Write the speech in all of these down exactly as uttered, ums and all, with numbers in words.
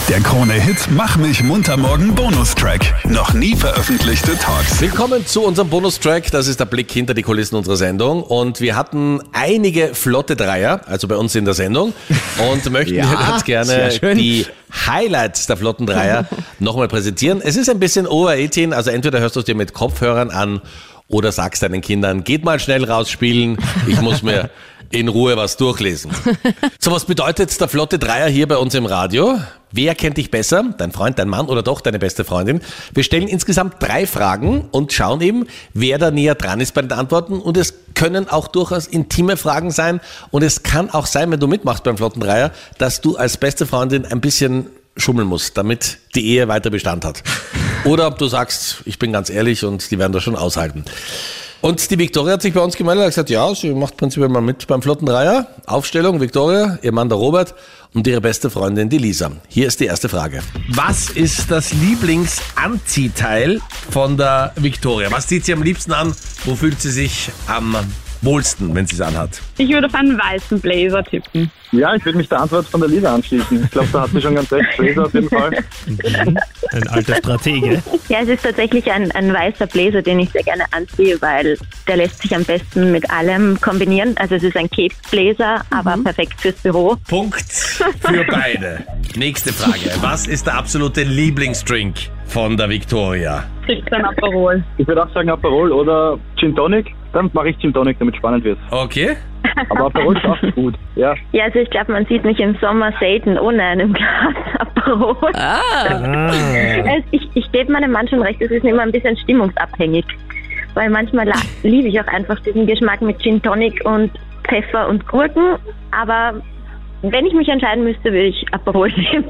Der Krone-Hit Mach mich munter morgen Bonustrack. Noch nie veröffentlichte Talks. Willkommen zu unserem Bonustrack. Das ist der Blick hinter die Kulissen unserer Sendung. Und wir hatten einige flotte Dreier, also bei uns in der Sendung. Und möchten ja, ganz gerne die Highlights der flotten Dreier nochmal präsentieren. Es ist ein bisschen over achtzehn, also entweder hörst du es dir mit Kopfhörern an oder sagst deinen Kindern, geht mal schnell rausspielen, ich muss mir in Ruhe was durchlesen. So, was bedeutet der flotte Dreier hier bei uns im Radio? Wer kennt dich besser? Dein Freund, dein Mann oder doch deine beste Freundin? Wir stellen insgesamt drei Fragen und schauen eben, wer da näher dran ist bei den Antworten. Und es können auch durchaus intime Fragen sein. Und es kann auch sein, wenn du mitmachst beim flotten Dreier, dass du als beste Freundin ein bisschen schummeln musst, damit die Ehe weiter Bestand hat. Oder ob du sagst, ich bin ganz ehrlich und die werden das schon aushalten. Und die Viktoria hat sich bei uns gemeldet und gesagt, ja, sie macht prinzipiell mal mit beim flotten Dreier. Aufstellung, Viktoria, ihr Mann der Robert und ihre beste Freundin, die Lisa. Hier ist die erste Frage. Was ist das Lieblingsanziehteil von der Viktoria? Was zieht sie am liebsten an? Wo fühlt sie sich am wohlsten, wenn sie es anhat? Ich würde auf einen weißen Blazer tippen. Ja, ich würde mich der Antwort von der Lisa anschließen. Ich glaube, da hat sie schon ganz recht. Blazer auf jeden Fall. Ein alter Stratege. Ja, es ist tatsächlich ein, ein weißer Blazer, den ich sehr gerne anziehe, weil der lässt sich am besten mit allem kombinieren. Also es ist ein Cape-Blazer, aber mhm. perfekt fürs Büro. Punkt für beide. Nächste Frage. Was ist der absolute Lieblingsdrink von der Viktoria? Kriegt ein Aperol. Ich würde auch sagen Aperol oder Gin Tonic. Dann mache ich Gin Tonic, damit es spannend wird. Okay. Aber Aperol ist auch gut, ja. Ja, also ich glaube, man sieht mich im Sommer selten ohne einen Glas Aperol. Ah. Also ich, ich gebe meinem Mann schon recht, es ist immer ein bisschen stimmungsabhängig. Weil manchmal la- liebe ich auch einfach diesen Geschmack mit Gin Tonic und Pfeffer und Gurken. Aber wenn ich mich entscheiden müsste, würde ich Aperol nehmen.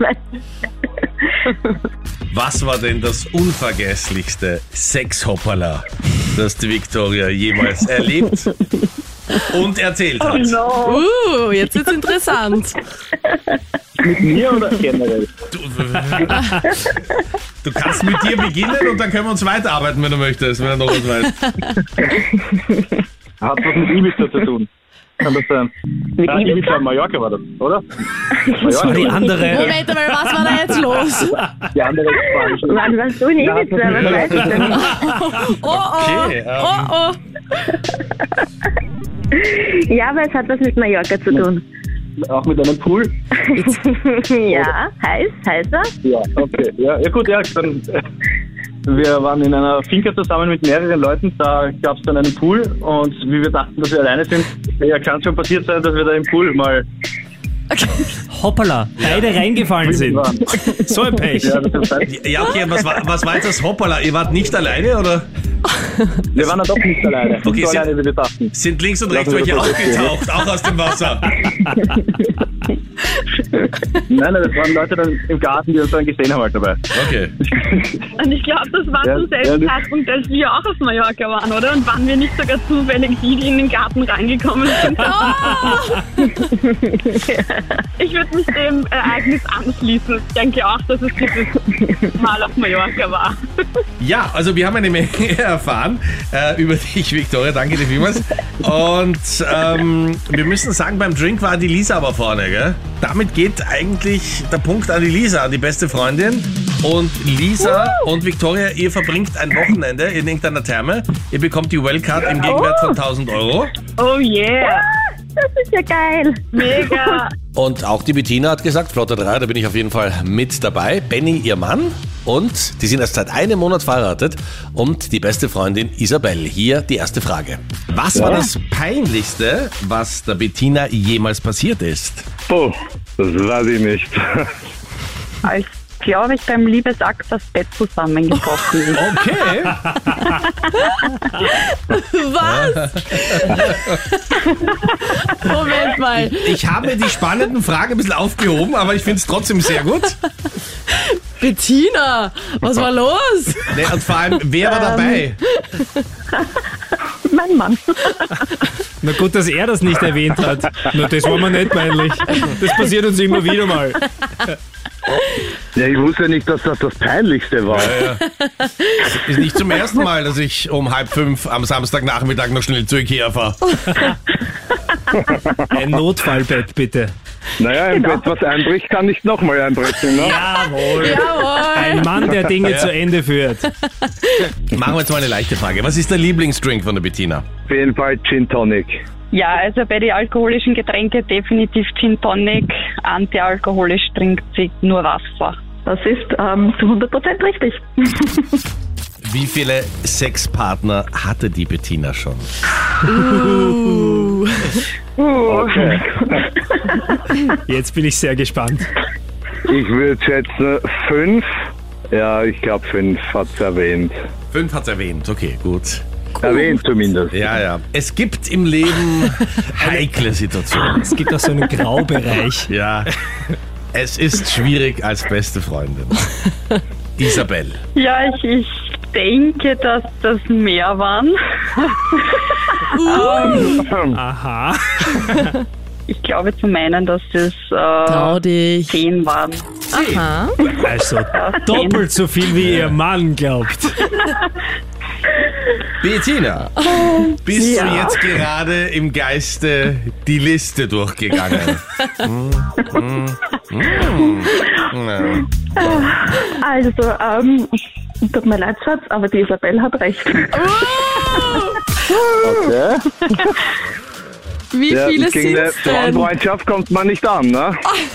Was war denn das unvergesslichste Sexhopperla, das die Viktoria jemals erlebt und erzählt hat? Oh no. Uh, jetzt wird's interessant. Mit mir oder generell? Du, du kannst mit dir beginnen und dann können wir uns weiterarbeiten, wenn du möchtest, wenn du noch was weißt. Hat was mit Ibiza zu tun. Kann das sein? Mit Ja, Ibiza? Ibiza, Mallorca war das, oder? Das war die andere. Moment mal, was war da jetzt los? Die andere Frage. Wann warst du in Ja, Ibiza? Was weiß ich denn nicht? Oh oh, Okay, ähm. oh oh. Ja, aber es hat was mit Mallorca zu tun. Auch mit einem Pool? Ja, heiß, heißer. Ja, okay. Ja, ja gut, ja, dann... äh, Wir waren in einer Finca zusammen mit mehreren Leuten, da gab es dann einen Pool und wie wir dachten, dass wir alleine sind, ja, kann schon passiert sein, dass wir da im Pool mal Hoppala, beide reingefallen sind. waren. So ein Pech. Ja, das kann sein. Ja, okay, was war, was war jetzt das Hoppala? Ihr wart nicht alleine, oder? Wir waren dann doch nicht alleine. Okay, so Sie- alleine, wie wir dachten. Sind links und rechts Lassen wir welche das so aufgetaucht, auch aus dem Wasser? Nein, nein, das waren Leute dann im Garten, die uns dann gesehen haben halt dabei. Okay. Und ich glaube, das war Ja, zum selben ja, das- Zeitpunkt, als wir auch auf Mallorca waren, oder? Und waren wir nicht sogar zufällig die, die in den Garten reingekommen sind? Ich würde mich dem Ereignis anschließen. Ich denke auch, dass es dieses Mal auf Mallorca war. Ja, also wir haben eine Menge erfahren äh, über dich, Viktoria. Danke dir vielmals. Und ähm, wir müssen sagen, beim Drink war die Lisa aber vorne, gell? Damit geht eigentlich der Punkt an die Lisa, an die beste Freundin. Und Lisa und Viktoria, ihr verbringt ein Wochenende in irgendeiner Therme. Ihr bekommt die Wellcard im Gegenwert von tausend Euro. Oh yeah, Das ist ja geil. mega. Und auch die Bettina hat gesagt, flotter Dreier, da bin ich auf jeden Fall mit dabei. Benny, ihr Mann. Und die sind erst seit einem Monat verheiratet. Und die beste Freundin Isabel. Hier die erste Frage. Was war das Peinlichste, was der Bettina jemals passiert ist? Oh, das weiß ich nicht. Als, glaube ich, beim Liebesakt das Bett zusammengebrochen ist. Okay. Was? Moment mal. Ich habe die spannenden Fragen ein bisschen aufgehoben, aber ich finde es trotzdem sehr gut. Bettina, was war los? Nee, und vor allem, wer war dabei? Mein Mann. Na gut, dass er das nicht erwähnt hat. Na, das war mir nicht peinlich. Das passiert uns immer wieder mal. Ja, ich wusste ja nicht, dass das das Peinlichste war. Ja, ja. Ist nicht zum ersten Mal, dass ich um halb fünf am Samstagnachmittag noch schnell zu Ikea fahre. Ein Notfallbett, bitte. Naja, ein Bett, was einbricht, kann nicht nochmal einbrechen, ne? Jawohl. Jawohl. Ein Mann, der Dinge Ja. zu Ende führt. Machen wir jetzt mal eine leichte Frage. Was ist der Lieblingsdrink von der Bettina? Auf jeden Fall Gin Tonic. Ja, also bei den alkoholischen Getränken definitiv Gin Tonic. Antialkoholisch trinkt sie nur Wasser. Das ist ähm, zu hundert Prozent richtig. Wie viele Sexpartner hatte die Bettina schon? Okay. Jetzt bin ich sehr gespannt. Ich würde schätzen fünf. Ja, ich glaube fünf hat's erwähnt. Fünf hat's erwähnt, okay, gut. Erwähnt zumindest. Ja, ja. Es gibt im Leben heikle Situationen. Es gibt auch so einen Graubereich. Ja. Es ist schwierig als beste Freundin. Isabel. Ja, ich, ich denke, dass das mehr waren. Aha. Ich glaube zu meinen, dass es Trau äh, dich. zehn waren. Aha. Also doppelt so viel, wie ihr Mann glaubt. Bettina, bist Ja. du jetzt gerade im Geiste die Liste durchgegangen? Hm, hm, hm. Ja. Also, ähm, tut mir leid, Schatz, aber die Isabel hat recht. Okay. Wie Ja, viele gegen eine sind's denn? Frauenfreundschaft kommt man nicht an, ne?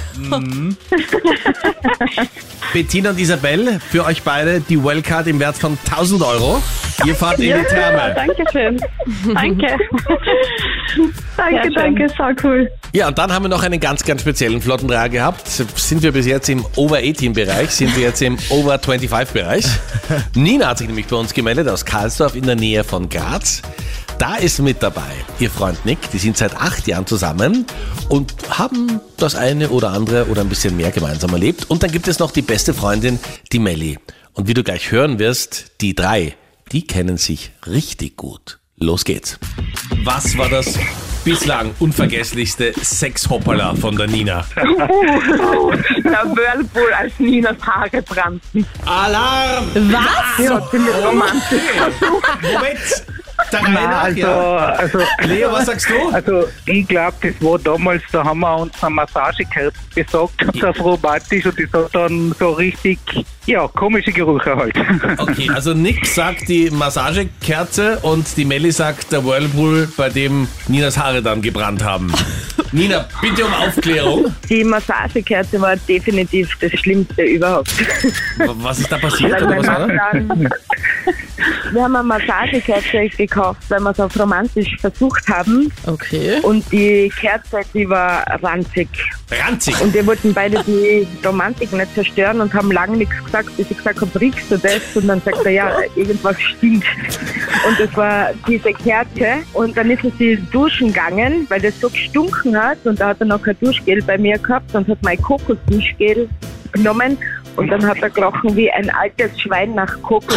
Bettina und Isabel, für euch beide die Wellcard im Wert von tausend Euro. Ihr fahrt in die Therme. Danke schön. Danke. Danke, schön. danke, so cool. Ja, und dann haben wir noch einen ganz, ganz speziellen Flottendreier gehabt. Sind wir bis jetzt im Over achtzehn-Bereich, sind wir jetzt im Over fünfundzwanzig-Bereich. Nina hat sich nämlich bei uns gemeldet aus Karlsdorf in der Nähe von Graz. Da ist mit dabei ihr Freund Nick, die sind seit acht Jahren zusammen und haben das eine oder andere oder ein bisschen mehr gemeinsam erlebt. Und dann gibt es noch die beste Freundin, die Melli. Und wie du gleich hören wirst, die drei, die kennen sich richtig gut. Los geht's. Was war das bislang unvergesslichste Sexhoppala von der Nina? Der Whirlpool, als Ninas Haare brannten. Alarm! Was? Ja, ziemlich romantisch. Moment! Der Reihe nach, Also, ja. also, Leo, was sagst du? also ich glaube, das war damals, da haben wir uns eine Massagekerze besorgt, das romantisch und das hat dann so richtig, ja, komische Gerüche halt. Okay, also Nick sagt die Massagekerze und die Melli sagt der Whirlpool, bei dem Ninas Haare dann gebrannt haben. Nina, bitte um Aufklärung. Die Massagekerze war definitiv das Schlimmste überhaupt. Was ist da passiert? Weil Oder mein was war Mann da? dann, wir haben eine Massagekerze gekauft, weil wir es auf romantisch versucht haben. Okay. Und die Kerze, die war ranzig. Ranzig. Und wir wollten beide die Romantik nicht zerstören und haben lange nichts gesagt, bis ich gesagt habe, riechst du das? Und dann sagt er, ja, irgendwas stinkt. Und das war diese Kerze. Und dann ist er sie duschen gegangen, weil das so gestunken hat. Und da hat er noch kein Duschgel bei mir gehabt und hat mein Kokosduschgel genommen. Und dann hat er gerochen wie ein altes Schwein nach Kokos.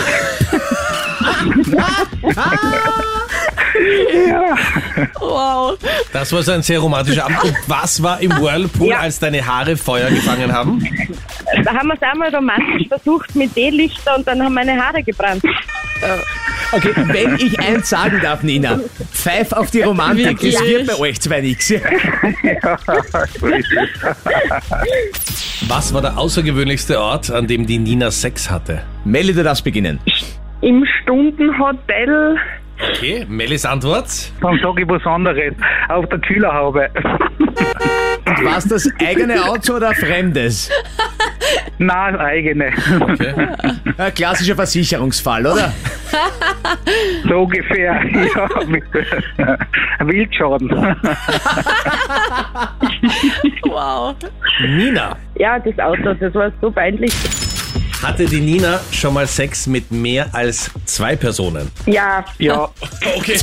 Wow. Das war so ein sehr romantischer Abend. Und was war im Whirlpool, Ja. als deine Haare Feuer gefangen haben? Da haben wir es einmal romantisch versucht mit D-Lichter und dann haben meine Haare gebrannt. Okay, wenn ich eins sagen darf, Nina, pfeif auf die Romantik, das Wirklich? wird bei euch zwei nichts. Ja, so ist es. Was war der außergewöhnlichste Ort, an dem die Nina Sex hatte? Melli, du darfst beginnen. Im Stundenhotel. Okay, Mellis Antwort. Dann sage ich was anderes. Auf der Kühlerhaube. Und war es das eigene Auto oder ein fremdes? Nein, eigene. Okay. Ein klassischer Versicherungsfall, oder? So ungefähr. Ja, mit äh, Wildschaden. Wow. Nina, Ja, das Auto, das war so peinlich. hatte die Nina schon mal Sex mit mehr als zwei Personen? Ja, Ja, Okay.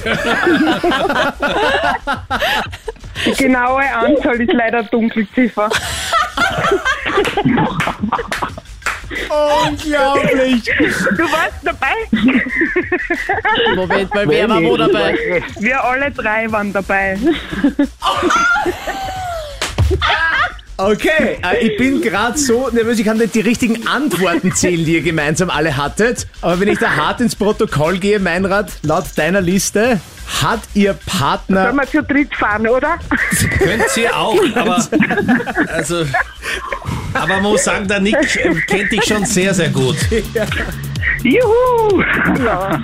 die genaue Anzahl ist leider Dunkelziffer. Unglaublich! Du warst dabei? Moment mal, wer war wo dabei? Wir alle drei waren dabei. Okay, äh, ich bin gerade so nervös, ich kann nicht die richtigen Antworten zählen, die ihr gemeinsam alle hattet. Aber wenn ich da hart ins Protokoll gehe, Meinrad, laut deiner Liste hat ihr Partner... Sollen wir zu dritt fahren, oder? Könnt ihr auch, aber... Also... Aber man muss sagen, der Nick äh, kennt dich schon sehr, sehr gut. Juhu! Ja.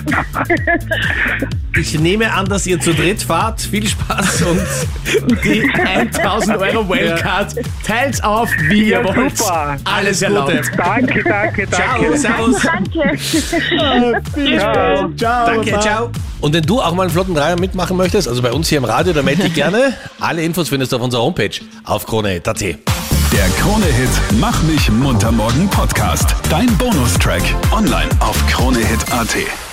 Ich nehme an, dass ihr zu dritt fahrt. Viel Spaß und Die tausend Euro Wildcard teilt auf, wie ihr wollt. Super. Alles Gute. erlaubt. Danke, danke, Ciao, danke. servus. Danke. Ciao. Ciao. Danke, Baba. ciao. Und wenn du auch mal einen flotten Dreier mitmachen möchtest, also bei uns hier im Radio, dann melde dich gerne. Alle Infos findest du auf unserer Homepage auf krone punkt at. Der Krone-Hit Mach mich munter morgen Podcast. Dein Bonustrack online auf krone punkt at.